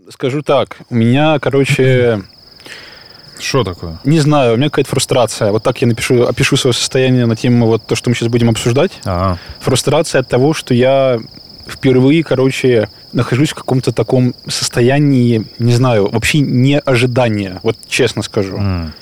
скажу так. У меня, короче... Что такое? Не знаю, у меня какая-то фрустрация. Вот так я опишу свое состояние на тему вот то, что мы сейчас будем обсуждать. Ага. Фрустрация от того, что я впервые, короче, нахожусь в каком-то таком состоянии, не знаю, вообще не ожидания. Вот честно скажу.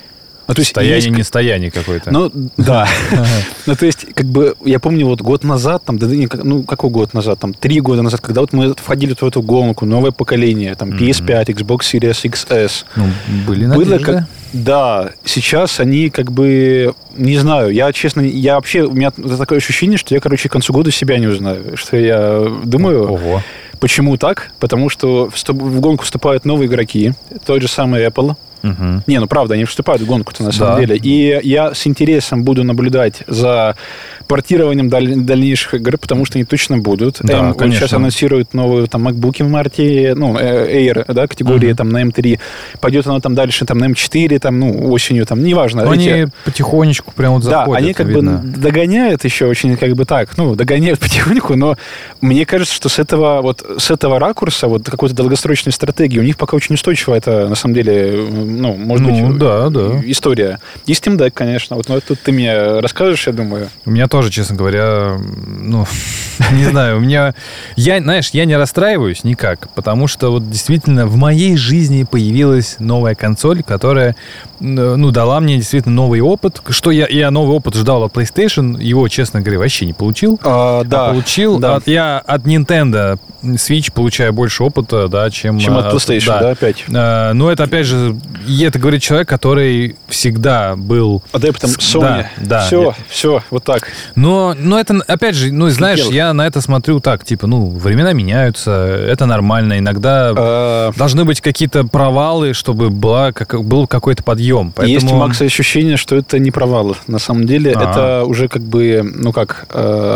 То есть состояние какое-то. Ну, да. Ну, то есть, как бы, я помню, вот год назад, там, какой год назад, там, 3 года назад, когда вот мы входили в эту гонку, новое поколение, там, PS5, Xbox Series XS. Ну, были надежды. Да, сейчас они, как бы, не знаю, я, честно, у меня такое ощущение, что я, короче, к концу года себя не узнаю. Что я думаю... Ого. Почему так? Потому что в гонку вступают новые игроки, тот же самый Apple. Не, ну правда, они вступают в гонку-то на самом деле. И я с интересом буду наблюдать за портированием дальнейших игр, потому что они точно будут. Да, конечно. Сейчас анонсируют новые там MacBook в марте, ну, Air, да, категории там на M3. Пойдет оно там дальше, там на M4, там, ну, осенью, там, неважно. Они потихонечку прям вот заходят. Да, они как видно. бы догоняют еще очень, как бы так, ну, догоняют потихоньку, но мне кажется, что с этого ракурса, вот какой-то долгосрочной стратегии, у них пока очень устойчивая это, на самом деле, ну, может быть, история. И Steam Deck, конечно. Вот, но тут ты мне расскажешь, я думаю. У меня тоже, честно говоря, ну, не знаю, я не расстраиваюсь никак, потому что вот действительно в моей жизни появилась новая консоль, которая, ну, дала мне действительно новый опыт. Что я новый опыт ждал от PlayStation, его, честно говоря, вообще не получил. Да. Получил. Да. Я от Nintendo Switch получаю больше опыта, да, чем от PlayStation, да, опять. Но это, опять же, это говорит человек, который всегда был... адептом Sony. Да. Все, вот так. Но это, опять же, ну, знаешь, я на это смотрю так, типа, ну, времена меняются, это нормально. Иногда должны быть какие-то провалы, чтобы был какой-то подъем. Поэтому... Есть у Макса ощущение, что это не провал. На самом деле, это уже как бы, ну как,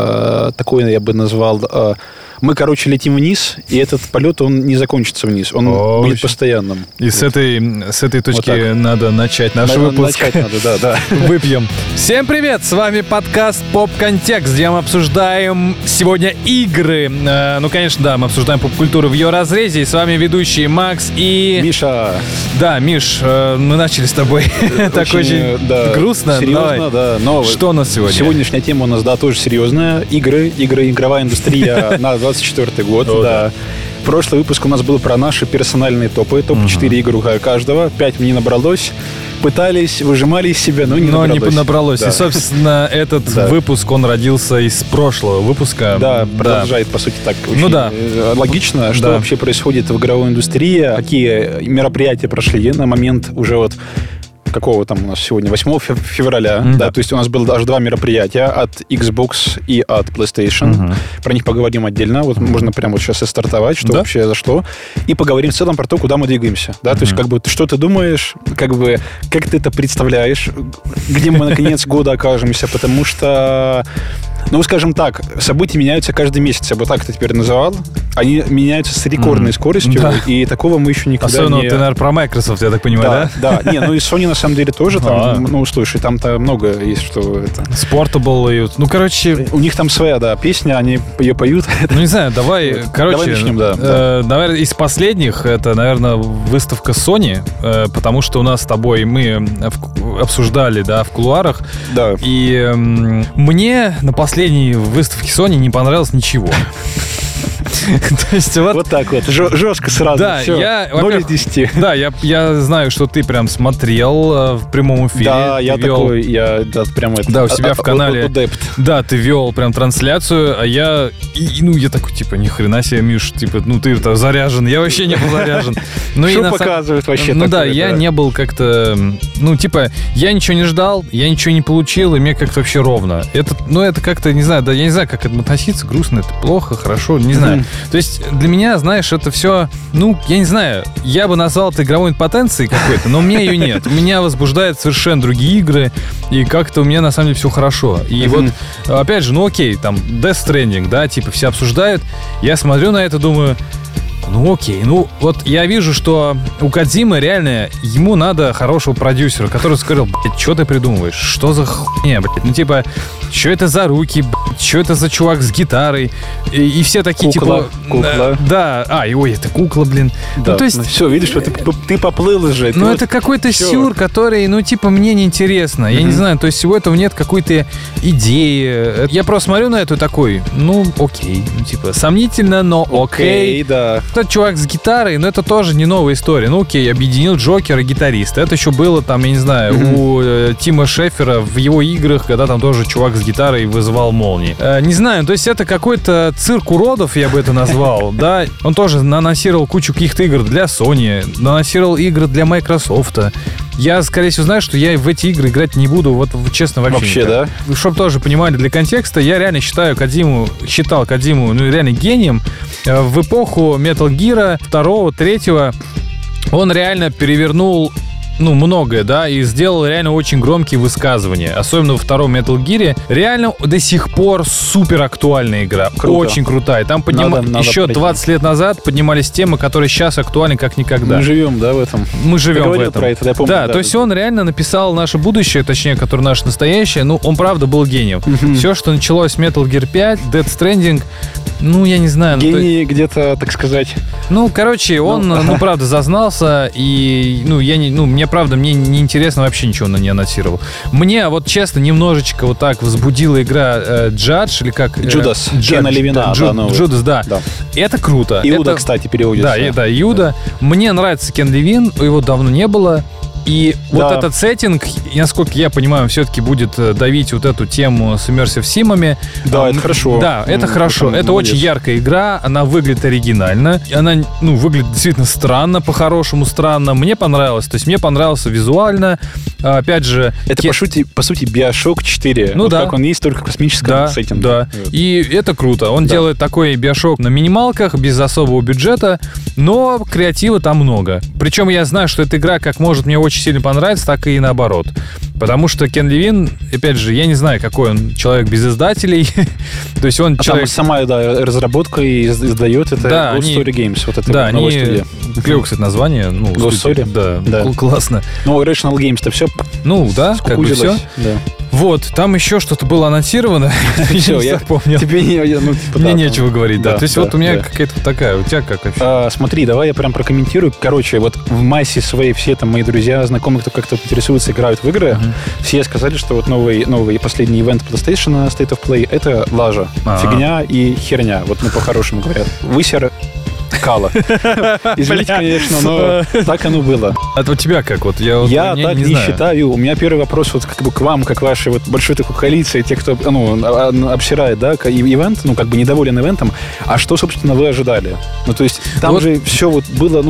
такое я бы назвал... Мы, короче, летим вниз, и этот полет, он не закончится вниз. Он будет постоянным. И с этой точки надо начать наш выпуск. Начать надо, да. Выпьем. Всем привет! С вами подкаст «Поп-контекст», где мы обсуждаем сегодня игры. Ну, конечно, да, мы обсуждаем поп-культуру в ее разрезе. И с вами ведущие Макс и... Миша. Да, Миш, мы начали с тобой так очень грустно. Серьезно, да. Что у нас сегодня? Сегодняшняя тема у нас, да, тоже серьезная. Игры, игровая индустрия на 24-й год, да. Прошлый выпуск у нас был про наши персональные топы. Топ-4 игр у каждого. 5 мне набралось. Пытались, выжимали из себя, но не набралось. Да. И, собственно, этот выпуск, он родился из прошлого выпуска. Да, продолжает, по сути, так очень логично, что вообще происходит в игровой индустрии, какие мероприятия прошли на момент уже вот какого там у нас сегодня, 8 февраля. Да, то есть у нас было даже 2 мероприятия от Xbox и от PlayStation. Про них поговорим отдельно. Вот можно прямо вот сейчас и стартовать, что вообще за что. И поговорим в целом про то, куда мы двигаемся. Да, то есть как бы что ты думаешь, как ты это представляешь, где мы на конец года окажемся, потому что, ну, скажем так, события меняются каждый месяц. Я бы так это теперь называл. Они меняются с рекордной скоростью, и такого мы еще никогда Особенно ты, наверное, про Microsoft, я так понимаю, да? Да. Не, ну и Sony на самом деле тоже там, ну, слушай, там-то много есть, что это... Sportable, ну, короче... У них там своя, да, песня, они ее поют. Ну, не знаю, давай начнем, да. Давай из последних, это, наверное, выставка Sony, потому что у нас с тобой мы обсуждали, да, в кулуарах. Да. И мне на последней выставке Sony не понравилось ничего. То есть вот так вот, жестко сразу. Да, я 0 из 10. Да, я знаю, что ты прям смотрел в прямом эфире. Да, я прям это. Да, у себя в канале. Да, ты вел прям трансляцию, а я такой, типа, ни хрена себе, Миш, типа, ну ты-то заряжен, я вообще не был заряжен. Что показывает вообще? Ну да, я не был как-то, ну типа, я ничего не ждал, я ничего не получил, и мне как-то вообще ровно. Это как-то, не знаю, да, я не знаю, как к этому относиться, грустно, это плохо, хорошо, не знаю. То есть для меня, знаешь, это все, ну, я не знаю, я бы назвал это игровой импотенцией какой-то, но у меня ее нет. Меня возбуждают совершенно другие игры, и как-то у меня на самом деле все хорошо. И вот, опять же, ну окей, там, Death Stranding, да, типа все обсуждают, я смотрю на это, думаю... Ну окей, ну вот я вижу, что у Кодзимы реально, ему надо хорошего продюсера, который сказал, блядь, что ты придумываешь, что за хуйня, блядь, ну типа, что это за руки, блядь, что это за чувак с гитарой, и все такие кукла, типа... Кукла. Да, ой, это кукла, блин. Да, ну то есть... Ну, все, видишь, что ты поплыл уже. Ну это какой-то сюр, который, ну типа, мне неинтересно, я не знаю, то есть у этого нет какой-то идеи. Я просто смотрю на это такой, ну окей, ну типа, сомнительно, но окей. Да. Тот чувак с гитарой, но это тоже не новая история. Ну окей, объединил Джокера и гитариста. Это еще было там, я не знаю, у Тима Шефера в его играх, когда там тоже чувак с гитарой вызывал молнии. Не знаю, то есть это какой-то цирк уродов, я бы это назвал, да. Он тоже анонсировал кучу каких-то игр для Sony, анонсировал игры для Microsoft. Я, скорее всего, знаю, что я в эти игры играть не буду, вот честно, вообще никак. Да? Чтобы тоже понимали для контекста, я реально считал Кодзиму, ну, реально гением. В эпоху Metal Gear 2, 3 он реально перевернул, ну, многое, да, и сделал реально очень громкие высказывания. Особенно во втором Metal Gear. Реально до сих пор супер актуальная игра. Круто. Очень крутая. Там еще 20 лет назад поднимались темы, которые сейчас актуальны как никогда. Мы живем, да, в этом? Мы живем в этом. Про это, я помню, да, то есть он реально написал наше будущее, точнее, которое наше настоящее. Ну, он правда был гением. Все, что началось с Metal Gear 5, Death Stranding, ну, я не знаю. Гений где-то, так сказать. Ну, короче, он, правда, зазнался, и, мне не интересно, вообще ничего он не анонсировал. Мне, вот честно, немножечко вот так возбудила игра Judge, или как? Джудас. Кена Левина. Джудас, да. Это круто. Иуда, кстати, переводится. Да, Иуда. Мне нравится Кен Левин, его давно не было. И вот этот сеттинг, насколько я понимаю, все-таки будет давить вот эту тему с Immersive Sim'ами. Да, это хорошо. Да, это хорошо. Это очень яркая игра, она выглядит оригинально. Она, выглядит действительно странно, по-хорошему странно. Мне понравилось. То есть мне понравился визуально. Опять же... Это, по сути, Bioshock 4. Ну вот да. Как он есть, только в космическом сеттинге. Да, и это круто. Он делает такой Bioshock на минималках, без особого бюджета, но креатива там много. Причем я знаю, что эта игра как может мне очень сильно понравится, так и наоборот. Потому что Кен Левин, опять же, я не знаю, какой он человек без издателей. То есть он человек... Там сама разработка и издает это Ghost Story Games. Вот это новая студия. Клево, кстати, название. Ghost Story? Да, классно. Ну, Rational Games-то все. Ну, да, как бы все. Да. Вот, там еще что-то было анонсировано. Все, я помню. Тебе мне нечего говорить, да. То есть вот у меня какая-то такая, у тебя как вообще? Смотри, давай я прям прокомментирую. Короче, вот в массе своей все там мои друзья, знакомые, кто как-то интересуется, играют в игры, все сказали, что вот новый последний ивент PlayStation State of Play — это лажа, фигня и херня. Вот по-хорошему говорят. Высер кала. Извините, конечно, но так оно было. А у тебя как? Вот я так не считаю. У меня первый вопрос вот как бы к вам, как вашей вот большой такой коалиции, те, кто обсирает, да, ивент, недоволен ивентом. А что, собственно, вы ожидали? Ну, то есть там же все вот было,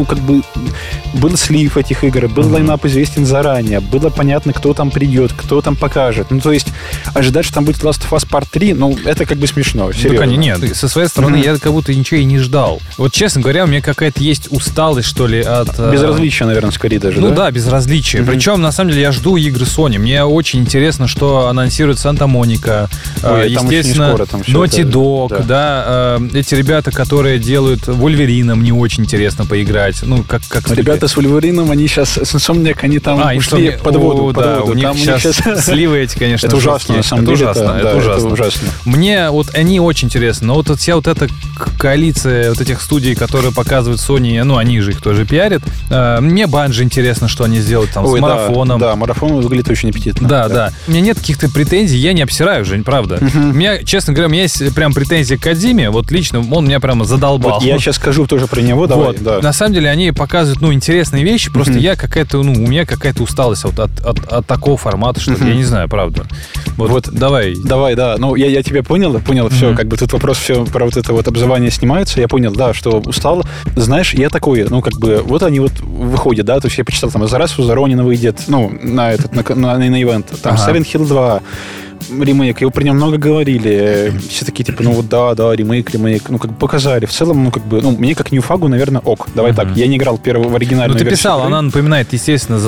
был слив этих игр, был лайнап известен заранее, было понятно, кто там придет, кто там покажет. Ну, то есть ожидать, что там будет Last of Us Part 3, это как бы смешно, серьезно. Нет, со своей стороны я как будто ничего и не ждал. Вот честно говоря, у меня какая-то есть усталость, что ли, от... Безразличие, наверное, скорее даже, да, безразличие. Причем, на самом деле, я жду игры Sony. Мне очень интересно, что анонсирует Санта-Моника. Естественно, Naughty Dog, да. Эти ребята, которые делают Вольверина, мне очень интересно поиграть. Ребята с Вольверином, они сейчас, Insomniac, они там ушли под воду. Да, у них сейчас сливы эти, конечно. Это ужасно, на самом деле. Это ужасно. Мне вот они очень интересны. Но вот вся вот эта коалиция вот этих студий, которые показывают Sony, они же их тоже пиарят. Мне Bungie интересно, что они сделают там с марафоном. Да, марафон выглядит очень аппетитно. Да. У меня нет каких-то претензий, я не обсираю, Жень, правда. У меня, честно говоря, у меня есть прям претензии к Кодзиме, вот лично он меня прямо задолбал. Вот я сейчас скажу тоже про него, давай. Да. На самом деле они показывают, интересные вещи, просто я какая-то, у меня какая-то усталость вот от такого формата, что я не знаю, правда. Вот давай. Давай, да. Я тебя понял, все, как бы тут вопрос все про вот это вот обзывание снимается, я понял, да, что устал. Знаешь, я такой, вот они вот выходят, да, то есть я почитал, там, за раз у Заронина выйдет, на ивент, там, Silent Hill 2, ремейк, его про него много говорили. Все такие, типа, ну вот да, ремейк, ну как бы показали. В целом, ну как бы, ну мне как Ньюфагу, наверное, ок. Давай так, я не играл в оригинальную версию. Ну ты писал, она напоминает, естественно,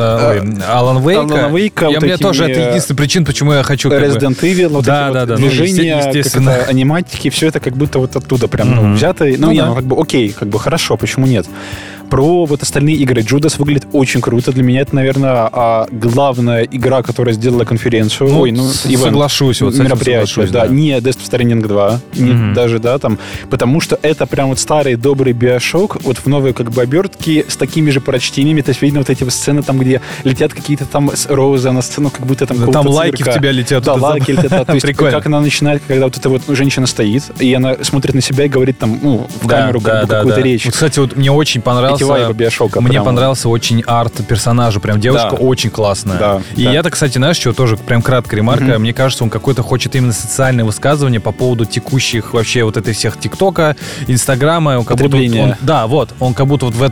Алан Вейка. У меня тоже это единственная причина, почему я хочу... Resident Evil, вот эти вот движения, естественно. Аниматики, все это как будто вот оттуда прям взято. Ну, как бы окей, как бы хорошо, почему нет? Про вот остальные игры. Judas выглядит очень круто. Для меня это, наверное, главная игра, которая сделала конференцию. Соглашусь. Вот мероприятие, да. Не Death Stranding 2, не даже, да, там. Потому что это прям вот старый добрый Bioshock, вот в новой как бы обертке с такими же прочтениями. То есть, видно, вот эти вот сцены там, где летят какие-то там розы на сцену, как будто там... Там лайки в тебя летят. Да, лайки летят. То есть, как она начинает, когда вот эта вот женщина стоит, и она смотрит на себя и говорит там, в камеру какую-то речь. Кстати, вот мне очень понравился... Мне понравился очень арт персонажа. Прям девушка очень классная. И это, кстати, знаешь, что тоже прям краткая ремарка. Мне кажется, он какой-то хочет именно социальное высказывание по поводу текущих вообще вот этой всех ТикТока, Инстаграма. Он как будто он как будто вот в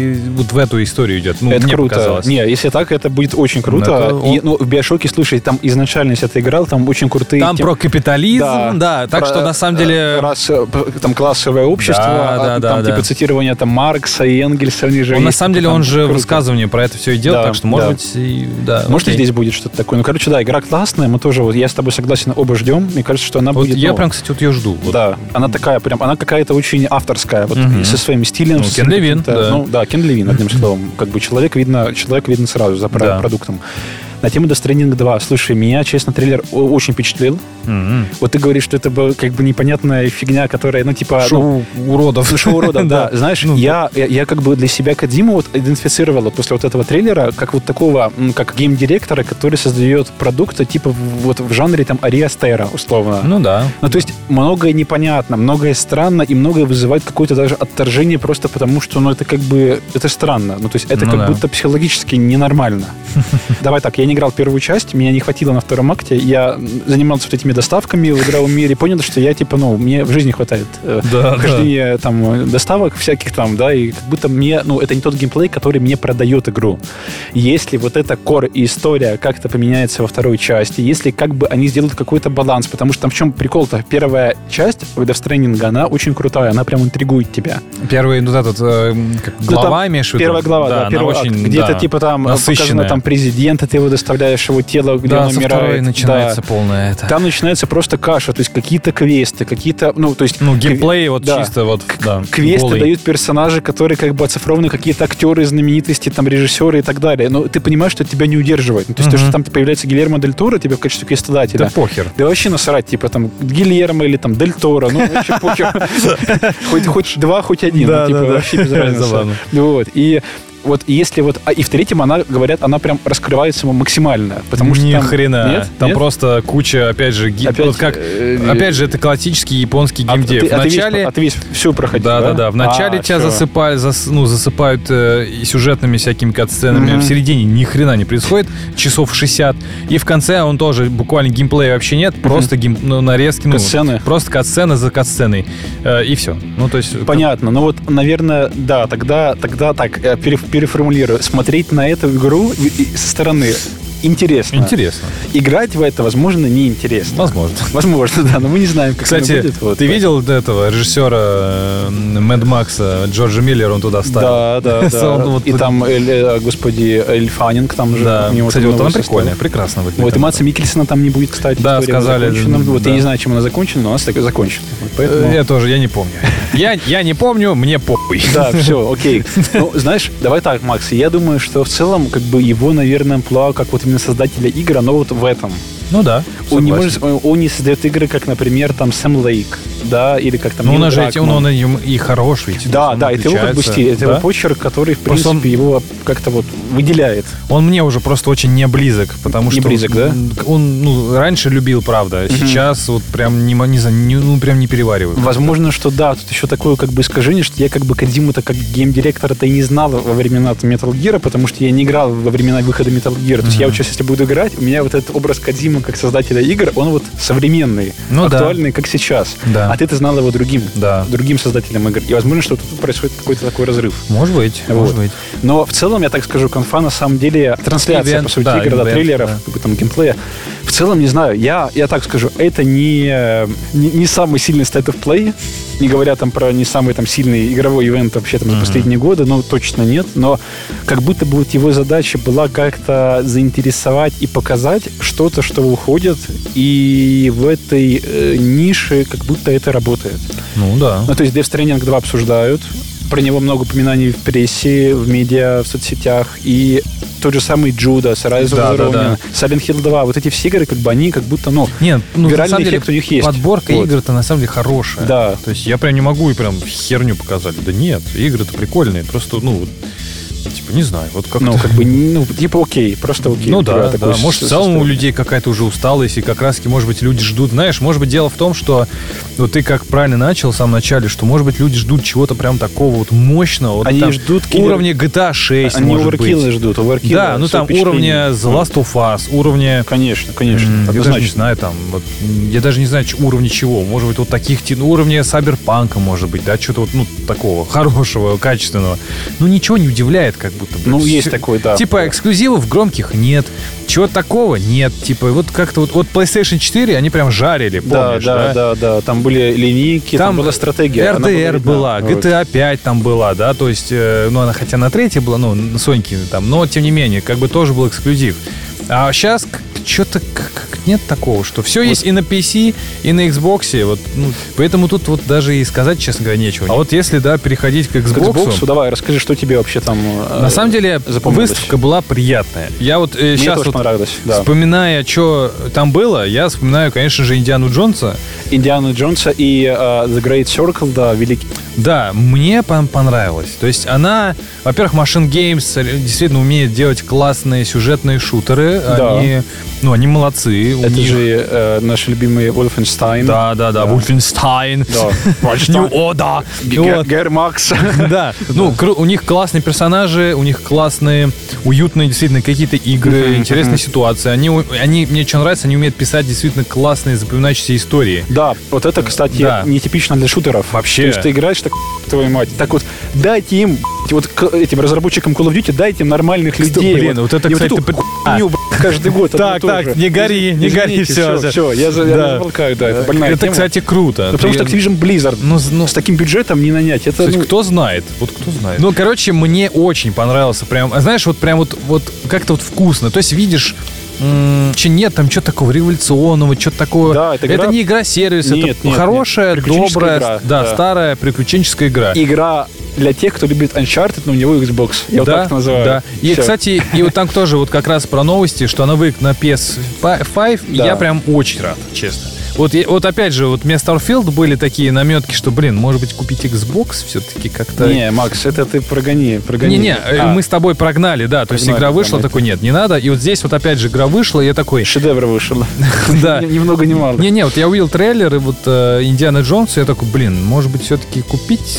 эту историю идет. Ну, это мне круто. показалось. Не, если так, это будет очень круто. В Биошоке, слушай, там изначально, если ты играл, там очень крутые... Там про капитализм, так что на самом деле... Там классовое общество, там типа цитирование там Маркса и Энгельса. Он на самом деле, он же высказывание про это все и делал, так что, может быть, может, и здесь будет что-то такое. Ну, короче, игра классная, мы тоже, я с тобой согласен, оба ждем. Мне кажется, что она будет... Я прям, кстати, вот ее жду. Да, она такая прям, она какая-то очень авторская, вот со своим стилем. Кен Левин, Кен Левин, одним словом. Как бы человек видно сразу за продуктом. На тему Death Stranding 2. Слушай, меня, честно, трейлер очень впечатлил. Вот ты говоришь, что это была как бы непонятная фигня, которая, Шоу уродов. Шоу уродов, да. Знаешь, я как бы для себя Кодзиму вот идентифицировал после вот этого трейлера как вот такого, как гейм-директора, который создает продукты типа вот в жанре там Ари Астера, условно. Ну да. Ну то есть многое непонятно, многое странно и многое вызывает какое-то даже отторжение просто потому, что, это как бы, это странно. Ну то есть это как будто психологически ненормально. Давай так, я не играл первую часть, меня не хватило на втором акте, я занимался вот этими доставками в игровом мире, понял, что я типа, мне в жизни хватает хождения там доставок всяких там, да, и как будто мне, это не тот геймплей, который мне продает игру. Если вот эта кор и история как-то поменяется во второй части, если как бы они сделают какой-то баланс, потому что там в чем прикол-то? Первая часть Death Stranding, она очень крутая, она прям интригует тебя. Первый, глава, имеешь в виду? Первая глава, да, первый акт, где-то типа там показано там президента, ты его доставляешь, его тело, где он умирает. Второй начинается полное это. Там начинается просто каша, то есть какие-то квесты, какие-то, геймплей чисто квесты голый. дают персонажи, которые как бы оцифрованы, какие-то актеры, знаменитости, там режиссеры и так далее. Но ты понимаешь, что это тебя не удерживает. То есть то, что там появляется Гильермо Дель Торо, тебе в качестве квестодателя. Да похер. Да вообще насрать, типа там Гильермо или там Дель Торо, вообще похер. Хоть два, хоть один, вообще без разницы. Вот, если вот... И в третьем она, говорят, она прям раскрывается максимально. Потому что ни там... хрена. Нет? Там просто куча, опять же, опять же, это классический японский геймдев. Ты весь все проходил, да? Да. В начале тебя засыпают сюжетными всякими катсценами. В середине ни хрена не происходит. Часов 60. И в конце он тоже буквально геймплея вообще нет. Просто нарезки. Катсцены. Просто катсцена за катсценой. И все. То есть... Понятно. Наверное, да, тогда так, переформулирую. Смотреть на эту игру со стороны интересно. Играть в это, возможно, неинтересно. Возможно, да, но мы не знаем, как это будет. Кстати, ты видел этого режиссера Мэд Макса, Джорджа Миллера, он туда ставил? Да. И там, господи, Эль Фаннинг там же. Да, кстати, вот она прикольная, прекрасно выглядит. Вот, и Мадса Миккельсона там не будет, кстати. Да, сказали. Вот, я не знаю, чем она закончена, но у нас так и закончена. Я не помню. Я не помню, мне похуй. Да, все, окей. Знаешь, давай так, Макс, я думаю, что в целом, как бы его, наверное, амплуа, как вот именно создателя игр, оно вот в этом. Да. Он не создает игры, как, например, там Сэм Лейк, да, или как там Нил Дракман. Он и хорош ведь. Да, это его как бы стиль, это его почерк, который, в принципе, его как-то вот выделяет. Он мне уже просто очень не близок, потому что... Не близок, да? Он раньше любил, правда, сейчас вот прям прям не перевариваю. Возможно, что да, тут еще такое как бы искажение, что я как бы Кодзиму-то как гейм-директора-то и не знал во времена Metal Gear, потому что я не играл во времена выхода Metal Gear. То есть я вот сейчас, если буду играть, у меня вот этот образ Кодзимы как создателя игр, он вот современный, актуальный, как сейчас. Да. А ты знал его другим создателем игр. И возможно, что тут происходит какой-то такой разрыв. Может быть. Но в целом, я так скажу, конфа на самом деле трансляция, по сути, игр, трейлеров, там, геймплея. В целом, не знаю, я так скажу, это не самый сильный state of play, не говоря там про не самый там сильный игровой ивент вообще там за последние годы, ну, точно нет, но как будто бы вот его задача была как-то заинтересовать и показать что-то, что выходит, и в этой нише как будто это работает. Ну, да. Ну, то есть Death Stranding 2 обсуждают, про него много упоминаний в прессе, в медиа, в соцсетях, и тот же самый Judas, Rise of the Ronin, Silent Hill 2, вот эти все игры, как бы они как будто, виральный эффект у них есть. Подборка игр-то на самом деле хорошая. Да. То есть я прям не могу и прям херню показать. Да нет, игры-то прикольные, просто, не знаю, вот как-то... окей, просто окей. Ну да, может, в целом у людей какая-то уже усталость, и как раз-таки, может быть, люди ждут, знаешь, может быть, дело в том, что вот ты как правильно начал в самом начале, что, может быть, люди ждут чего-то прям такого вот мощного. Вот они ждут уровня GTA 6, они может быть. Они оверкиллы ждут, оверкиллы. Да, там уровня The Last of Us, уровня... Конечно. Я даже не знаю, я даже не знаю уровня чего. Может быть, вот таких, уровня Cyberpunk, может быть, да, что-то вот, такого хорошего, качественного. Ничего не удивляет, как будто бы. Есть такой, да. Эксклюзивов громких нет. Чего такого нет. Вот как-то вот PlayStation 4 они прям жарили, помнишь, да? Да. Там были линейки, там была стратегия. RDR была, GTA 5 там была, да, то есть, она хотя на третьей была, на Соньке там, но тем не менее, как бы тоже был эксклюзив. А сейчас что-то нет такого, что все есть и на PC, и на Xbox. Поэтому тут вот даже и сказать, честно говоря, нечего. А вот если, переходить к Xbox... Давай, расскажи, что тебе вообще там на самом деле, выставка была приятная. Я вот сейчас вспоминая, что там было, я вспоминаю, конечно же, Индиану Джонса. Индиану Джонса и The Great Circle, да, великий. Да, мне понравилось. То есть она, во-первых, Machine Games действительно умеет делать классные сюжетные шутеры. Да. Они молодцы. Это же наш любимый Wolfenstein. Да. Wolfenstein. New Order. Гермакс. Да. У них классные персонажи, у них классные, уютные действительно какие-то игры, интересные ситуации. Они, мне что нравится, они умеют писать действительно классные, запоминающиеся истории. Да, вот это, кстати, нетипично для шутеров. Вообще. То есть ты играешь, так, твою мать. Так вот, дайте им, этим разработчикам Call of Duty, дайте им нормальных людей. Блин, вот это, кстати, каждый год. Так, не гори, все, я замолкаю, да, это больная тема. Кстати, круто. Потому что Activision Blizzard с таким бюджетом не нанять. Это, кто знает, кто знает. Короче, мне очень понравился, прям, знаешь, вот прям вот как-то вот вкусно. То есть видишь, нет там что-то такого революционного, что-то такого. Да, это не игра-сервис, это хорошая, добрая, старая приключенческая игра. Игра для тех, кто любит Uncharted, но у него Xbox. Я вот так называю. Да. И, кстати, вот там тоже вот как раз про новости, что она выйдет на PS5, я прям очень рад, честно. Вот опять же, вот мне Starfield были такие наметки, что, может быть, купить Xbox все-таки как-то... Не, Макс, это ты прогони. Мы с тобой прогнали, да, то есть игра вышла, такой, нет, не надо, и вот здесь вот опять же игра вышла, и я такой... Шедевр вышел. Да. Ни много, ни мало. Не, вот я увидел трейлер, и вот Индиана Джонс, и я такой, может быть, все-таки купить,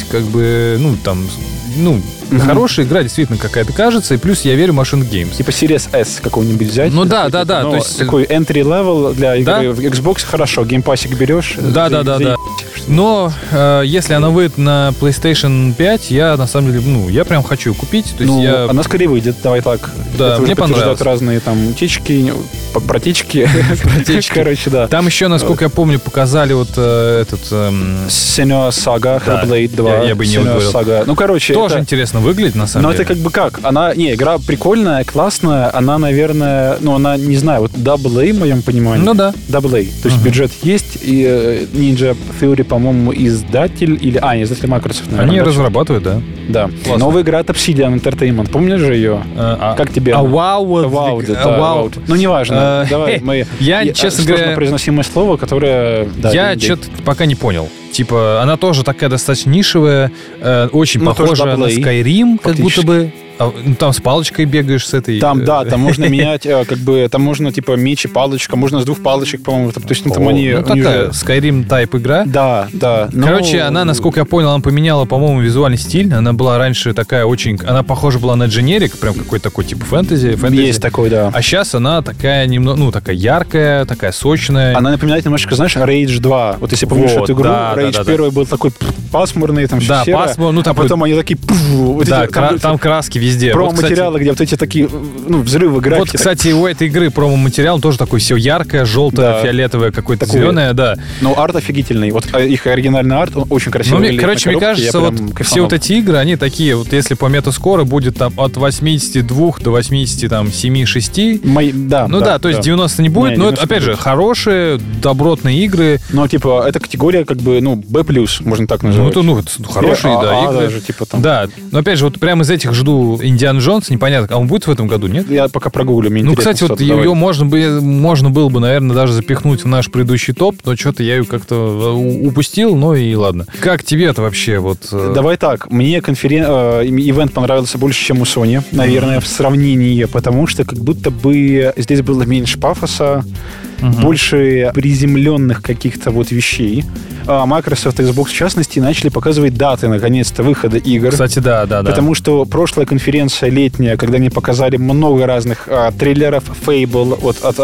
хорошая игра, действительно, какая-то кажется, и плюс я верю в Machine Games. Типа Series S какого-нибудь взять. Да. То есть такой entry-level для игры в Xbox, хорошо, геймпассик берешь. Да. Но если она выйдет на PlayStation 5, я на самом деле, я прям хочу ее купить. То есть она скорее выйдет, давай так. Да, мне понравилось. Разные там утечки, протечки. Короче, да. Там еще, насколько я помню, показали вот этот... Senua's Saga, Hellblade 2. Я бы не выговорил. Тоже интересно выглядит, на самом деле. Но это как бы как? Игра прикольная, классная, она, наверное, она, не знаю, вот AA, в моем понимании. Да. AA. То есть бюджет есть, и Ninja Theory, по-моему, издатель, издатель Microsoft, наверное. Они разрабатывают, да. Да. Классно. Новая игра от Obsidian Entertainment. Помнишь же ее? Как тебе? Avowed. Неважно. Давай, я, честно говоря... произносимое слово, которое... Я что-то пока не понял. Типа, она тоже такая достаточно нишевая, очень похожа на Skyrim, как будто бы. Там с палочкой бегаешь с этой... Там можно менять, там можно, меч и палочка, можно с двух палочек, по-моему. То есть, там они... такая Skyrim-тайп игра. Да. Короче, она, насколько я понял, она поменяла, по-моему, визуальный стиль. Она была раньше такая очень... Она похожа была на дженерик, прям какой-то такой, типа фэнтези. Есть такой, да. А сейчас она такая немного, такая яркая, такая сочная. Она напоминает немножко, знаешь, Rage 2. Вот если помнишь эту игру, Rage 1 был такой пасмурный, там все серое. Да, пасмурный. А потом они такие... Да, там краски везде. Промо-материалы, где вот эти такие, взрывы графики. Вот, кстати, у этой игры промо-материал тоже такой все яркое, желтое, фиолетовое, какое-то зеленое, да. Но арт офигительный. Вот их оригинальный арт, он очень красивый. Короче, мне кажется, вот все вот эти игры, они такие, вот если по метаскору будет там от 82 до 87, 6. То есть 90 не будет, но это, опять же, хорошие, добротные игры. Но, типа, эта категория, как бы, B+, можно так называть. Это хорошие, игры. Даже, типа, там. Да, но, опять же, вот прямо из этих жду Индиана Джонс, непонятно, а он будет в этом году, нет? Я пока прогуглю, мне интересно. Кстати, вот ее можно было бы, наверное, даже запихнуть в наш предыдущий топ, но что-то я ее как-то упустил, и ладно. Как тебе это вообще? Давай так, мне ивент понравился больше, чем у Sony, наверное, в сравнении, потому что как будто бы здесь было меньше пафоса, больше приземленных каких-то вещей. Microsoft и Xbox, в частности, начали показывать даты, наконец-то, выхода игр. Кстати, да. Потому что прошлая конференция летняя, когда они показали много разных трейлеров, Fable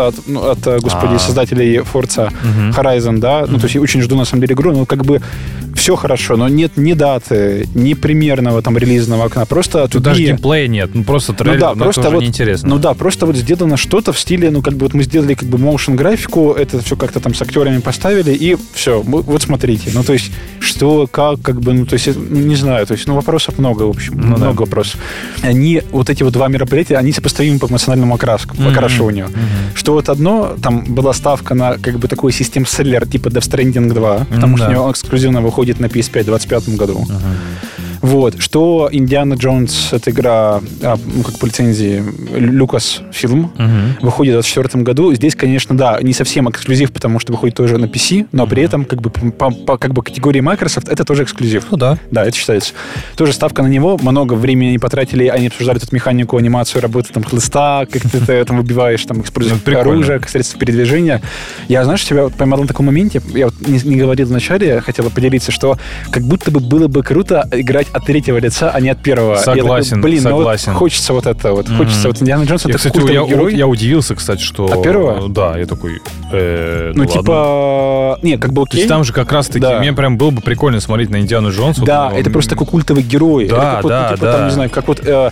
от создателей Forza Horizon, да, то есть я очень жду, на самом деле, игру, как бы все хорошо, но нет ни даты, ни примерного там релизного окна, просто... Тут даже геймплея нет, просто трейлер, просто тоже неинтересно. Просто сделано что-то в стиле, мы сделали motion графику, это все как-то там с актерами поставили, и все, смотрите. То есть, что, как, не знаю, вопросов много, в общем, много вопросов. Они, эти два мероприятия, они сопоставимы по эмоциональному окрашиванию. Что одно, там была ставка на, такой систем-селлер типа Death Stranding 2, потому что у него эксклюзивно выходит на PS5 в 2025 году. Что Индиана Джонс, эта игра, по лицензии Lucasfilm, выходит в 2024 году. Здесь, конечно, не совсем эксклюзив, потому что выходит тоже на PC, но при этом, по категории Microsoft, это тоже эксклюзив. Да, это считается. Тоже ставка на него. Много времени они потратили, они обсуждали тут механику, анимацию, работу хлыста, как ты там выбиваешь, используешь оружие, как средство передвижения. Я, знаешь, тебя поймал на таком моменте, я не говорил вначале, хотел поделиться, что как будто бы было бы круто играть от третьего лица, а не от первого. Согласен, согласен. Хочется это. Хочется Индиана Джонс, это культовый герой. Я удивился, кстати, что... От первого? Да, я такой... Не, как бы окей. То есть там же как раз-таки... Мне прям было бы прикольно смотреть на Индиану Джонса. Да, это просто такой культовый герой. Да, там, не знаю, как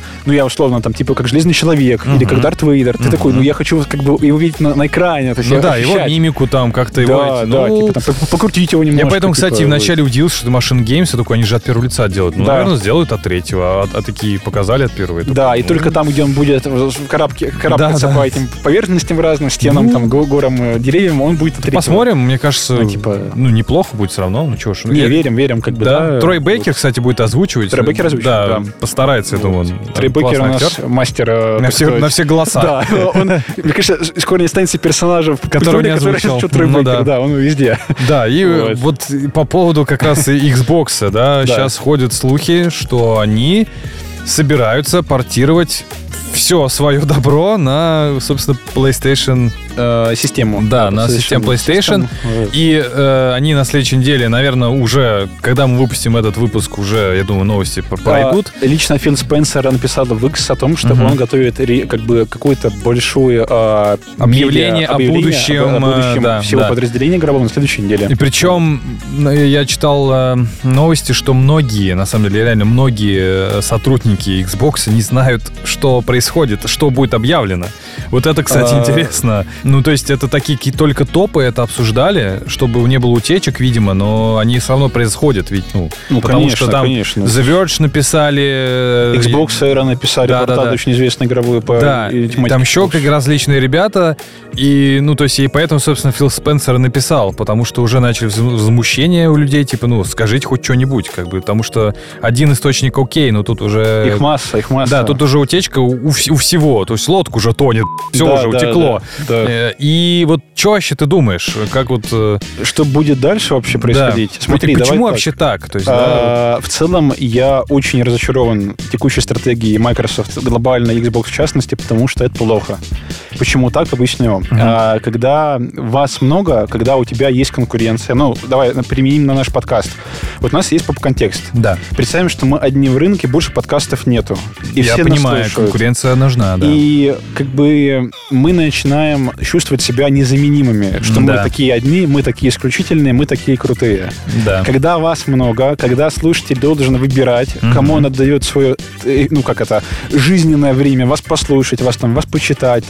я условно, там, как Железный Человек, или как Дарт Вейдер. Ты такой, я хочу его видеть на экране. Его мимику там как-то его... Да, покрутить его немножко. Я поэтому, кстати, вначале удивился, что Machine Games, такой, они же от первого лица делают. Наверное, сделают от третьего, а такие показали от первого. Да, и только там, где он будет карабкаться по этим поверхностям разным, стенам, горам, деревьям, он будет от третьего. Посмотрим, мне кажется, неплохо будет все равно. Верим, да. Трой Бейкер, кстати, будет озвучивать. Трой Бейкер озвучивает, да. Постарается, я думаю. Трой Бейкер у нас мастер... На все голоса. Да, мне кажется, скоро не останется персонажем, который не озвучил. Трой Бейкер, да, он везде. Да, и вот по поводу как раз Xbox, да, сейчас ходят слухи, что они собираются портировать все свое добро на, собственно, PlayStation систему. Да, на систему PlayStation. И они на следующей неделе, наверное, уже, когда мы выпустим этот выпуск, уже, я думаю, новости пройдут. Лично Фил Спенсер написал в X о том, что он готовит какое-то большое объявление о будущем всего подразделения игрового на следующей неделе. И причем я читал новости, что многие, на самом деле, реально многие сотрудники Xbox не знают, что происходит, что будет объявлено. Вот это, кстати, интересно. То есть это такие только топы это обсуждали, чтобы не было утечек, видимо, но они все равно происходят, ведь, потому конечно, что там конечно. The Verge написали... Xbox Era написали, портал очень известный игровой по тематике. Там еще как различные ребята, и, то есть, и поэтому, собственно, Фил Спенсер написал, потому что уже начали возмущения у людей, скажите хоть что-нибудь, потому что один источник окей, но тут уже... Их масса. Да, тут уже утечка у всего, то есть лодка уже тонет, все уже утекло. Да. И вот что вообще ты думаешь? Что будет дальше вообще происходить? Да. Смотри, почему вообще так? То есть, в целом, я очень разочарован текущей стратегией Microsoft, глобально Xbox в частности, потому что это плохо. Почему так? Объясню. Когда вас много, когда у тебя есть конкуренция, давай применим на наш подкаст. Вот у нас есть поп-контекст. Да. Представим, что мы одни в рынке, больше подкастов нету. И я все понимаю, конкуренция нужна, да. И мы начинаем чувствовать себя незаменимыми, что мы такие одни, мы такие исключительные, мы такие крутые. Да. Когда вас много, когда слушатель должен выбирать, кому он отдает свое, жизненное время, вас послушать, вас почитать,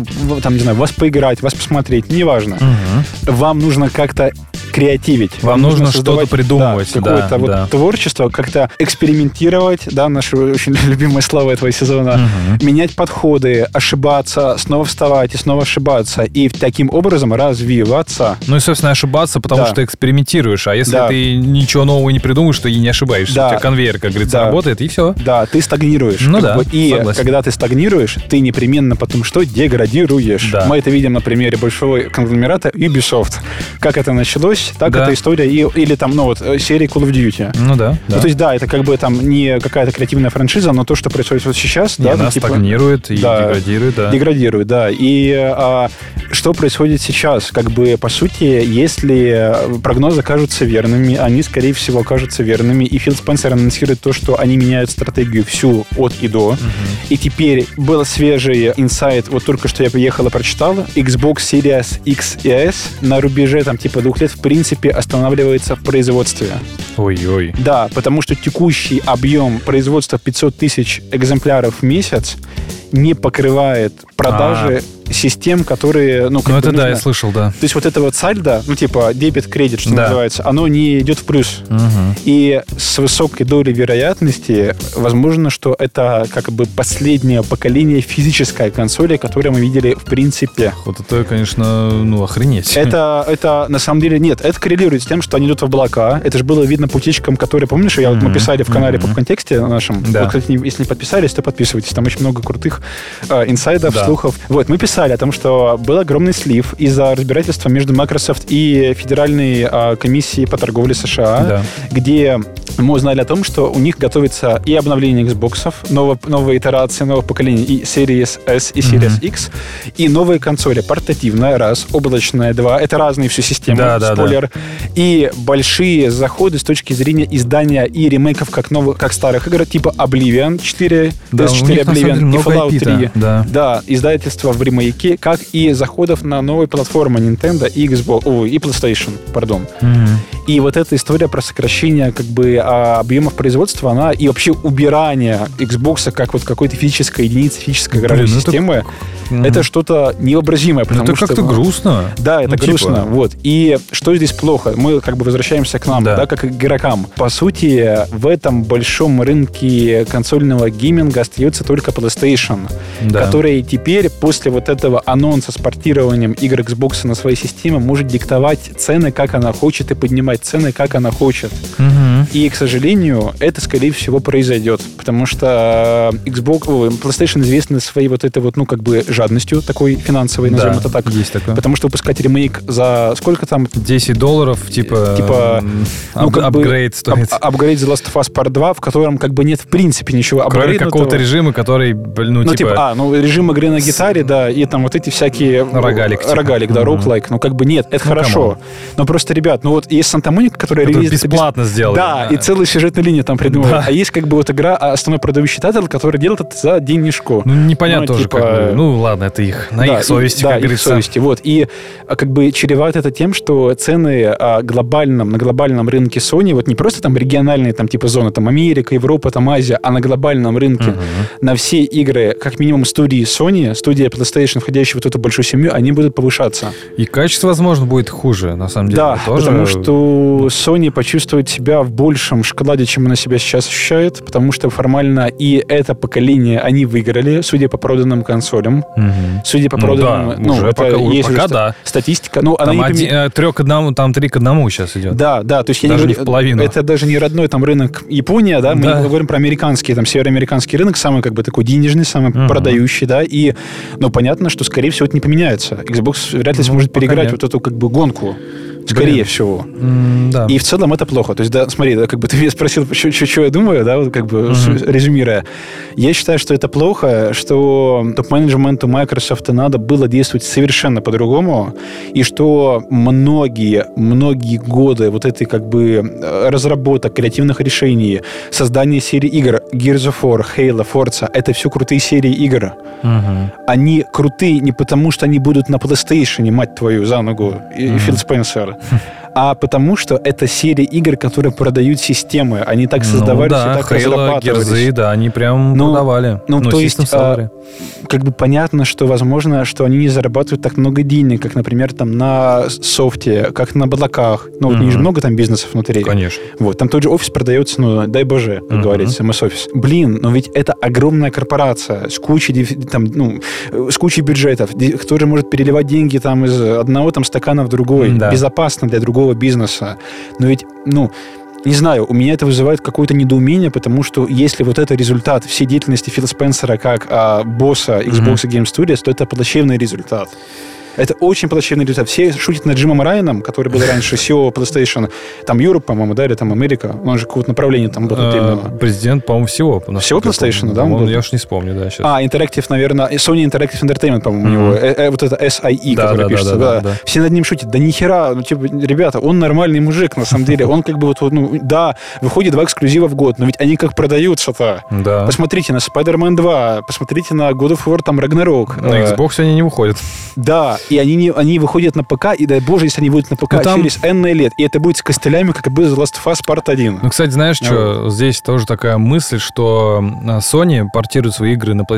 не знаю, вас поиграть, вас посмотреть, неважно. Вам нужно как-то креативить. Вам нужно что-то придумывать. Какое-то творчество, как-то экспериментировать, наше очень любимое слово этого сезона, менять подходы, ошибаться, снова вставать и снова ошибаться, и таким образом развиваться. Ну и, собственно, ошибаться, потому что экспериментируешь, а если ты ничего нового не придумаешь, то и не ошибаешься. У тебя конвейер, как говорится, работает, и все. Да, ты стагнируешь. И согласен. Когда ты стагнируешь, ты непременно потом что? Деградируешь. Да. Мы это видим на примере большого конгломерата Ubisoft. Как это началось, так эта история, или серии Call of Duty. То есть, это как бы не какая-то креативная франшиза, но то, что происходит вот сейчас, она стагнирует и деградирует. Деградирует, да. И что происходит сейчас? Как бы, по сути, если прогнозы кажутся верными, они, скорее всего, окажутся верными, и Фил Спенсер анонсирует то, что они меняют стратегию всю от и до. И теперь был свежий инсайт, вот только что я приехал и прочитал, Xbox Series X и S на рубеже 2 лет в принципе останавливается в производстве. Ой-ой. Да, потому что текущий объем производства 500 тысяч экземпляров в месяц не покрывает продажи систем, которые... я слышал, да. То есть вот это вот сальдо, дебет-кредит, что называется, оно не идет в плюс. И с высокой долей вероятности возможно, что это как бы последнее поколение физической консоли, которое мы видели в принципе. Вот это, конечно, охренеть. Это на самом деле нет. Это коррелирует с тем, что они идут в облака. Это же было видно по утечкам, которые, помнишь, мы писали в канале по контексте нашем. Да. Вот, если не подписались, то подписывайтесь. Там очень много крутых инсайдов, слухов. Вот, мы писали о том, что был огромный слив из-за разбирательства между Microsoft и Федеральной комиссией по торговле США, где мы узнали о том, что у них готовится и обновление Xbox, новая итерация новых поколений, и Series S, и Series X, и новые консоли. Портативная, раз, облачная, два. Это разные все системы, спойлер. И большие заходы с точки зрения издания и ремейков как старых игр, типа Oblivion 4, PS4 Oblivion и Fallout 3. Да, издательство в ремейке, как и заходов на новые платформы Nintendo и Xbox, и PlayStation, пардон. И вот эта история про сокращение как бы объемов производства, она и вообще убирание Xbox как вот какой-то физической единицы, физической игровой системы, это что-то невообразимое. Это как-то грустно. Да, это грустно. Вот. И что здесь плохо? Мы как бы возвращаемся к нам, как к игрокам. По сути, в этом большом рынке консольного гейминга остается только PlayStation, который теперь после вот этого анонса с портированием игр Xbox на свои системы может диктовать цены, как она хочет, и поднимать цены, как она хочет. И, к сожалению, это, скорее всего, произойдет, потому что PlayStation известна своей вот этой вот, жадностью такой финансовой, назовем это так. Есть такое. Потому что выпускать ремейк за сколько там? $10, апгрейд стоит. Апгрейд The Last of Us Part 2, в котором как бы нет в принципе ничего. Кроме какого-то режима, который, режим игры на гитаре, и там вот эти всякие... Рогалик, роуглайк. Нет, это хорошо. Но просто, ребят, есть Санта-Моника, которая бесплатно сделала. Да, и целая сюжетная линия там придумала. А есть как бы вот игра основной продающий тайтл, который делает это за денежку. Непонятно тоже, ладно, это их, на их совести, как говорится. Да, их совести, вот. И как бы чревато это тем, что цены на глобальном рынке Sony, вот не просто там региональные там типа зоны, там Америка, Европа, там Азия, а на глобальном рынке на все игры, как минимум студии Sony, студия PlayStation, входящие в вот эту большую семью, они будут повышаться. И качество, возможно, будет хуже, на самом деле. Да, потому что Sony почувствует себя в большем шоколаде, чем она себя сейчас ощущает, потому что формально и это поколение они выиграли, судя по проданным консолям. Судя по проданным... статистика. Там 3 к 1 сейчас идет. Да, то есть я даже не говорю, в половину. Это даже не родной там рынок Япония, да, мы говорим про американский, там североамериканский рынок, самый как бы такой денежный, самый продающий, да, и, понятно, что, скорее всего, это не поменяется. Xbox вряд ли сможет переграть вот эту как бы гонку. Скорее всего. Да. И в целом это плохо. То есть, да, смотри, да, как бы ты меня спросил, что я думаю, да, вот как бы резюмируя. Я считаю, что это плохо, что топ-менеджменту Microsoft надо было действовать совершенно по-другому, и что многие годы вот этой как бы разработок, креативных решений, создания серии игр Gears of War, Halo, Forza, это все крутые серии игр. Они крутые не потому, что они будут на PlayStation, мать твою, за ногу, и Фил Спенсер, а потому что это серия игр, которые продают системы. Они так создавались и так разрабатывались. Gears, да, они прям продавали. То есть, как бы понятно, что возможно, что они не зарабатывают так много денег, как, например, там на софте, как на облаках. Ну, вот у них же много там бизнесов внутри. Конечно. Вот, там тот же офис продается, ну, дай боже, как говорится, MS-офис. Блин, но ведь это огромная корпорация с кучей, там, ну, с кучей бюджетов, который может переливать деньги там из одного там стакана в другой, безопасно для другого бизнеса. Но ведь, ну, не знаю, у меня это вызывает какое-то недоумение, потому что если вот это результат всей деятельности Фила Спенсера как босса Xbox Game Studios, то это плачевный результат. Это очень плачевный результат. Все шутят над Джимом Райаном, который был раньше CEO PlayStation, там Europe, по-моему, да, или там Америка. Он же какого-то направления там был. Президент, по-моему, всего. Всего PlayStation, да? Я уж не вспомню, да, сейчас. Interactive, наверное, Sony Interactive Entertainment, по-моему, у него. Вот это SIE, который пишется, да. Все над ним шутят. Да нихера, ну, типа, ребята, он нормальный мужик, на самом деле. Он как бы вот, ну, да, выходит 2 эксклюзива в год, но ведь они как продаются-то. Да. Посмотрите на Spider-Man 2, посмотрите на God of War, там, Ragnarok. На Xbox они не выходят. Да, и они выходят на ПК, и дай боже, если они выйдут на ПК через энное лет, и это будет с костылями, как и было The Last of Us Part 1. Ну, кстати, знаешь что, здесь тоже такая мысль, что Sony портирует свои игры на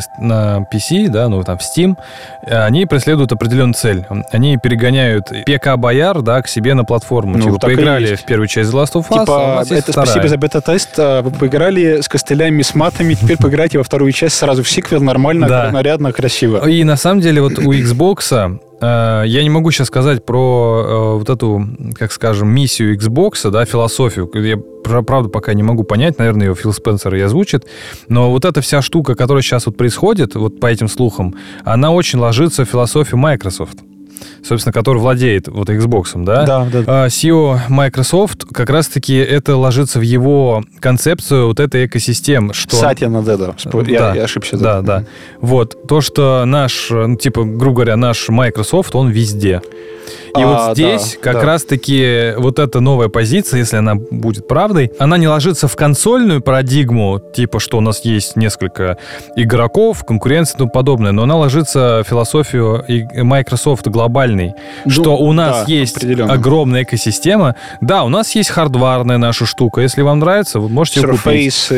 PC, да, ну, там, в Steam, они преследуют определенную цель. Они перегоняют ПК-бояр, да, к себе на платформу. Ну, типа, поиграли в первую часть The Last of Us, типа, а это вторая. Спасибо за бета-тест, вы поиграли с костылями, с матами, теперь поиграйте во вторую часть сразу в сиквел, нормально, нарядно, красиво. И на самом деле вот у Xbox я не могу сейчас сказать про вот эту, как скажем, миссию Xbox, да, философию. Я, правда, пока не могу понять, наверное, ее Фил Спенсер и озвучит, но вот эта вся штука, которая сейчас вот происходит, вот по этим слухам, она очень ложится в философию Microsoft. Собственно, который владеет вот Xbox, да? Да. CEO Microsoft, как раз-таки это ложится в его концепцию вот этой экосистемы. Что... Сатья Надеда. Я ошибся. Да. Вот. То, что наш, ну, типа, грубо говоря, наш Microsoft, он везде. И вот здесь как раз-таки вот эта новая позиция, если она будет правдой, она не ложится в консольную парадигму, типа, что у нас есть несколько игроков, конкуренция и тому подобное, но она ложится в философию Microsoft глобальной, что у нас есть огромная экосистема. Да, у нас есть хардварная наша штука. Если вам нравится, вы можете ее купить.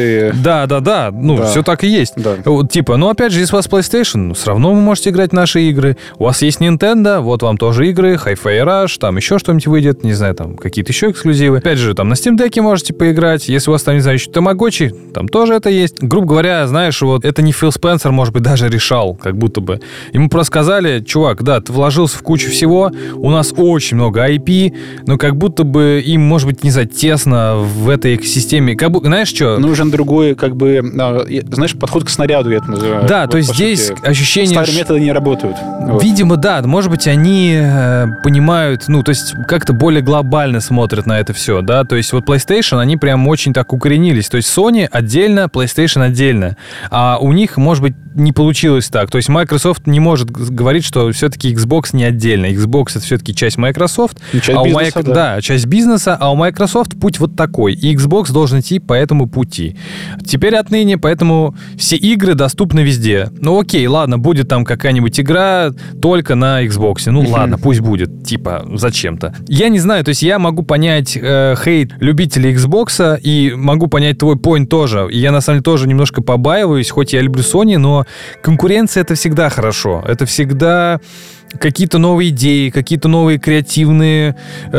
Да. Ну, все так и есть. Да. Вот, типа, ну, опять же, если у вас PlayStation, все равно вы можете играть в наши игры. У вас есть Nintendo, вот вам тоже игры, Hi-Fi Rush, там еще что-нибудь выйдет, не знаю, там какие-то еще эксклюзивы. Опять же, там на Steam Deck'е можете поиграть. Если у вас там, не знаю, еще Tamagotchi, там тоже это есть. Грубо говоря, знаешь, вот это не Фил Спенсер, может быть, даже решал, как будто бы. Ему просто сказали: чувак, да, ты вложился в кучу всего, у нас очень много IP, но как будто бы им, может быть, не знаю, тесно в этой экосистеме. Как бы, знаешь, что? Нужен другой, как бы, знаешь, подход к снаряду, я это называю. Да, вот, то есть здесь ощущение... Старые методы не работают. Видимо, да. Может быть, они понимают, ну, то есть как-то более глобально смотрят на это все, да. То есть вот PlayStation, они прям очень так укоренились. То есть Sony отдельно, PlayStation отдельно. А у них, может быть, не получилось так. То есть Microsoft не может говорить, что все-таки Xbox не отдельно. Xbox — это все-таки часть Microsoft. Часть бизнеса, да, часть бизнеса, а у Microsoft путь вот такой. И Xbox должен идти по этому пути. Теперь отныне, поэтому все игры доступны везде. Ну окей, ладно, будет там какая-нибудь игра только на Xbox. Ну ладно, пусть будет. Типа, зачем-то. Я не знаю, то есть я могу понять хейт любителей Xbox, и могу понять твой point тоже. И я, на самом деле, тоже немножко побаиваюсь, хоть я люблю Sony, но конкуренция — это всегда хорошо. Это всегда какие-то новые идеи, какие-то новые креативные,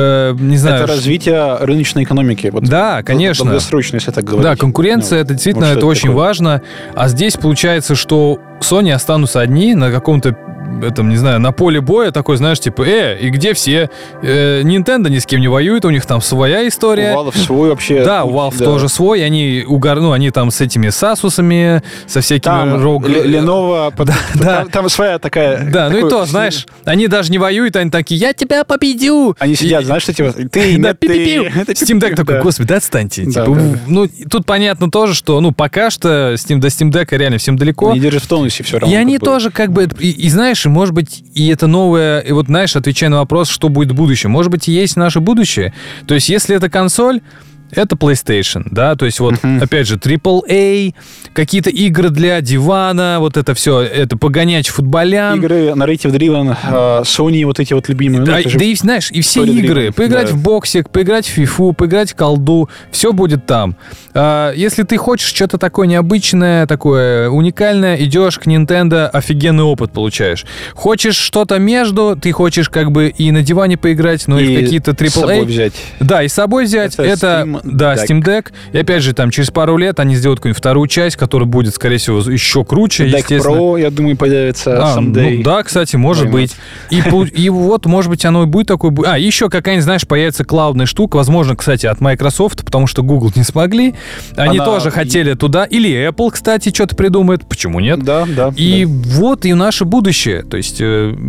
не знаю... Это развитие рыночной экономики. Вот, да, конечно. Долгосрочно, если так говорить. Да, конкуренция, это действительно, это очень важно. А здесь получается, что Sony останутся одни на каком-то не знаю, на поле боя такой, знаешь, типа, и где все? Nintendo ни с кем не воюет, у них там своя история. У Valve свой вообще. Да, у Valve тоже свой, они они там с этими Asus'ами, со всякими Lenovo, там своя такая... Да, ну и то, знаешь, они даже не воюют, они такие, я тебя победю! Они сидят, знаешь, что типа, ты, нет, ты... Steam Deck такой, господи, да отстаньте. Ну, тут понятно тоже, что, пока что до Steam Deck реально всем далеко. Они держат в тонусе все равно. И они тоже как бы, и знаешь, может быть, и это новое, и вот, знаешь, отвечая на вопрос, что будет в будущем, может быть, и есть наше будущее. То есть, если это консоль, это PlayStation, да, то есть вот, опять же, AAA, какие-то игры для дивана, вот это все, это погонять футболян. Игры narrative-driven, Sony вот эти вот любимые. Да, и, знаешь, и все игры, поиграть в боксик, поиграть в фифу, поиграть в колду, все будет там. Если ты хочешь что-то такое необычное, такое уникальное, идешь к Nintendo, офигенный опыт получаешь. Хочешь что-то между, ты хочешь как бы и на диване поиграть, но и в какие-то AAA. И с собой взять. Да, и с собой взять. Это Steam Deck. И опять же, там через пару лет они сделают какую-нибудь вторую часть, которая будет, скорее всего, еще круче, Deck естественно. Pro, я думаю, появится someday. Ну, да, кстати, может быть. И вот, может быть, оно и будет такое... еще какая-нибудь, знаешь, появится клаудная штука, возможно, кстати, от Microsoft, потому что Google не смогли. Они тоже хотели туда. Или Apple, кстати, что-то придумает. Почему нет? Да. И вот и наше будущее. То есть, и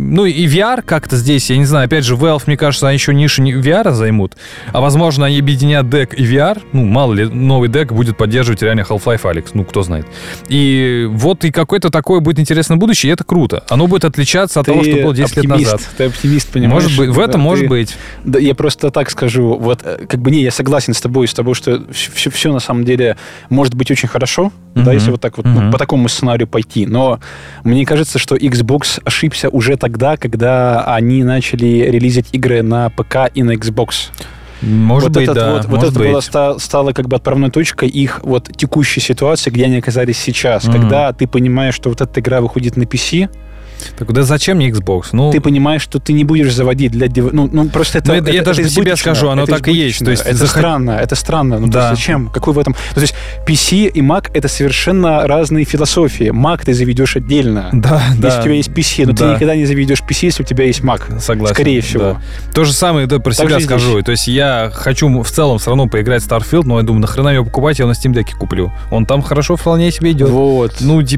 VR как-то здесь, я не знаю, опять же, Valve, мне кажется, они еще нишу VR займут. А возможно, они объединят Deck и VR. Мало ли, новый Deck будет поддерживать реально Half-Life Alyx. Кто знает. И вот и какое-то такое будет интересное будущее, и это круто. Оно будет отличаться от того, что было 10 лет назад. Ты оптимист, понимаешь? Может быть, в этом может быть. Да, я просто так скажу. Вот, я согласен с тобой, что все на самом деле может быть очень хорошо, да, если вот так вот по такому сценарию пойти. Но мне кажется, что Xbox ошибся уже тогда, когда они начали релизить игры на ПК и на Xbox. Может быть, да. Вот это стало как бы отправной точкой их вот текущей ситуации, где они оказались сейчас. Когда ты понимаешь, что вот эта игра выходит на PC, так да зачем мне Xbox? Ты понимаешь, что ты не будешь заводить для... просто это... я даже по себе скажу, оно так и есть. То есть это странно. Да. То есть зачем? Какой в этом... То есть PC и Mac — это совершенно разные философии. Mac ты заведешь отдельно. Если у тебя есть PC, но ты никогда не заведешь PC, если у тебя есть Mac. Согласен. Скорее всего. Да. То же самое про себя скажу. То есть я хочу в целом все равно поиграть в Starfield, но я думаю, нахрена его покупать, я его на Steam Deck куплю. Он там хорошо вполне себе идет. Вот.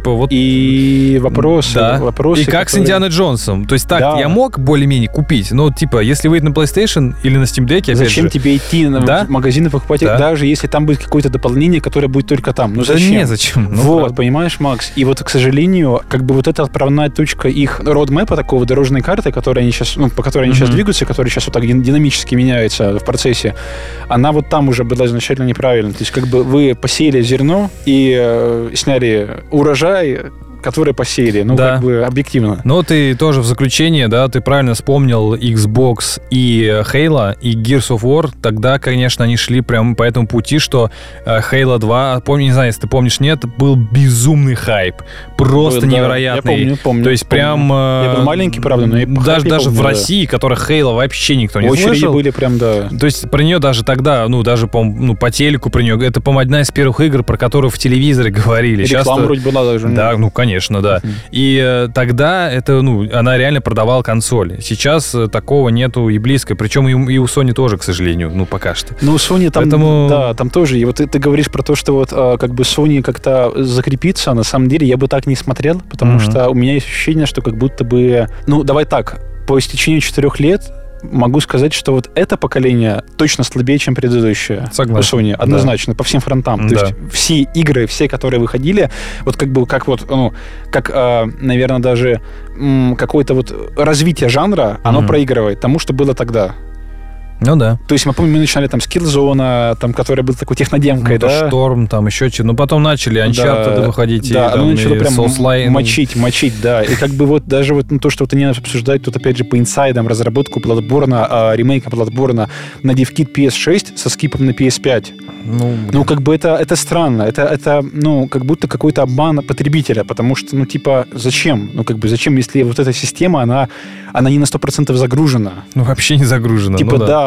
И вопросы, как с Индианой Джонсом. То есть я мог более-менее купить, но если выйдет на PlayStation или на Steam Deck, зачем тебе идти в магазин и покупать их, даже если там будет какое-то дополнение, которое будет только там? Зачем? Незачем. Понимаешь, Макс? И вот, к сожалению, как бы вот эта отправная точка их родмэпа, такого дорожной карты, по которой они сейчас двигаются, которая сейчас вот так динамически меняется в процессе, она вот там уже была изначально неправильно. То есть как бы вы посеяли зерно и сняли урожай, которые посеяли, как бы объективно. Но ты тоже в заключение, ты правильно вспомнил Xbox и Halo, и Gears of War. Тогда, конечно, они шли прямо по этому пути, что Halo 2, не знаю, если ты помнишь, нет, был безумный хайп. Просто невероятный. Я помню. То есть прям... Я был маленький, правда, но даже в России, которая Halo вообще никто не слышал. Очереди были прям, да. То есть про нее даже тогда, даже по телеку про нее, это, по-моему, одна из первых игр, про которую в телевизоре говорили. Реклама вроде была даже. Да, конечно, да. И тогда это, она реально продавала консоль. Сейчас такого нету и близко. Причем и у Sony тоже, к сожалению, пока что. У Sony там, там тоже. И вот ты говоришь про то, что вот как бы Sony как-то закрепится. На самом деле я бы так не смотрел, потому что у меня есть ощущение, что как будто бы... давай так, по истечению 4 лет могу сказать, что вот это поколение точно слабее, чем предыдущее. Согласен. У Sony, однозначно, по всем фронтам. То есть все игры, все, которые выходили, вот как бы, наверное, даже какое-то вот развитие жанра, оно проигрывает тому, что было тогда. То есть, мы помним, мы начинали там с Killzone, там, который был такой технодемкой, Шторм, там еще что-то. потом начали Uncharted выходить, оно начало прям мочить, да. И как бы вот даже вот то, что вот они обсуждают, тут опять же по инсайдам разработку Bloodborne, ремейка Bloodborne на DevKit PS6 со скипом на PS5. Как бы это странно. Это как будто какой-то обман потребителя, потому что, зачем? Зачем, если вот эта система, она не на 100% загружена? Вообще не загружена.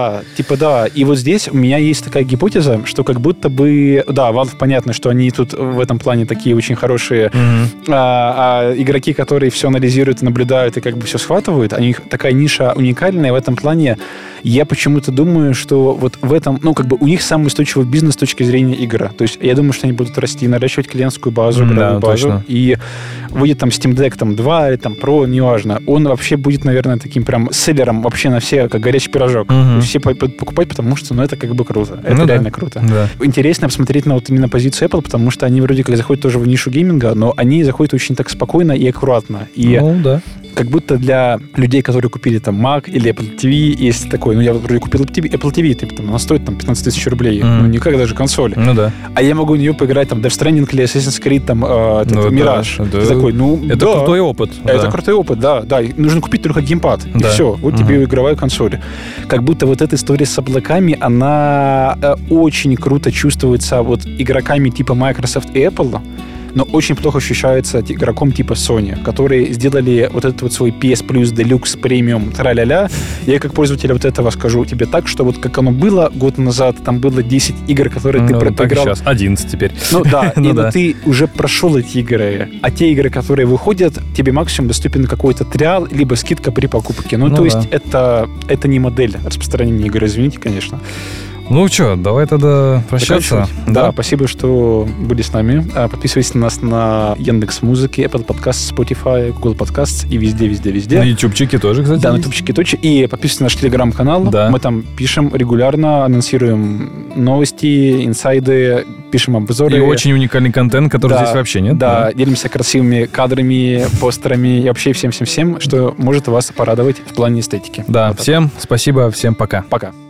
Да. И вот здесь у меня есть такая гипотеза, что как будто бы... Да, Valve, понятно, что они тут в этом плане такие очень хорошие игроки, которые все анализируют, наблюдают и как бы все схватывают. У них такая ниша уникальная. В этом плане я почему-то думаю, что вот в этом... Ну, как бы у них самый устойчивый бизнес с точки зрения игр. То есть я думаю, что они будут расти, наращивать клиентскую базу, игровую базу. Точно. И выйдет там Steam Deck там, 2 или там Pro, неважно. Он вообще будет, наверное, таким прям селлером вообще на все, как горячий пирожок. Все покупать, потому что, это как бы круто. Это реально круто. Да. Интересно посмотреть на вот именно позицию Apple, потому что они вроде как заходят тоже в нишу гейминга, но они заходят очень так спокойно и аккуратно. И как будто для людей, которые купили там Mac или Apple TV, есть такой, я вроде купил Apple TV, типа, она стоит там 15 тысяч рублей, не как даже консоль. А я могу в нее поиграть там Death Stranding или Assassin's Creed, там, Mirage. Да. Такой, это крутой опыт. Это крутой опыт, да. Нужно купить только геймпад, и все. Вот тебе игровая консоль. Как будто вот эта история с облаками, она очень круто чувствуется вот игроками типа Microsoft и Apple, но очень плохо ощущается игроком типа Sony, которые сделали вот этот вот свой PS Plus, Deluxe, Premium, тра-ля-ля. Я как пользователь вот этого скажу тебе так, что вот как оно было год назад, там было 10 игр, которые ты проиграл. Сейчас 11 теперь. Ты уже прошел эти игры, а те игры, которые выходят, тебе максимум доступен какой-то триал, либо скидка при покупке. То есть это не модель распространения игр, извините, конечно. Ну что, давай тогда прощаться. Да, спасибо, что были с нами. Подписывайтесь на нас на Яндекс.Музыке, Apple Podcasts, Spotify, Google Podcasts и везде. На ютубчике тоже, кстати. Да, на ютубчике точно. И подписывайтесь на наш телеграм-канал. Да. Мы там пишем регулярно, анонсируем новости, инсайды, пишем обзоры. И очень уникальный контент, который здесь вообще нет. Да, делимся красивыми кадрами, постерами и вообще всем, что может вас порадовать в плане эстетики. Да, всем спасибо, всем пока. Пока.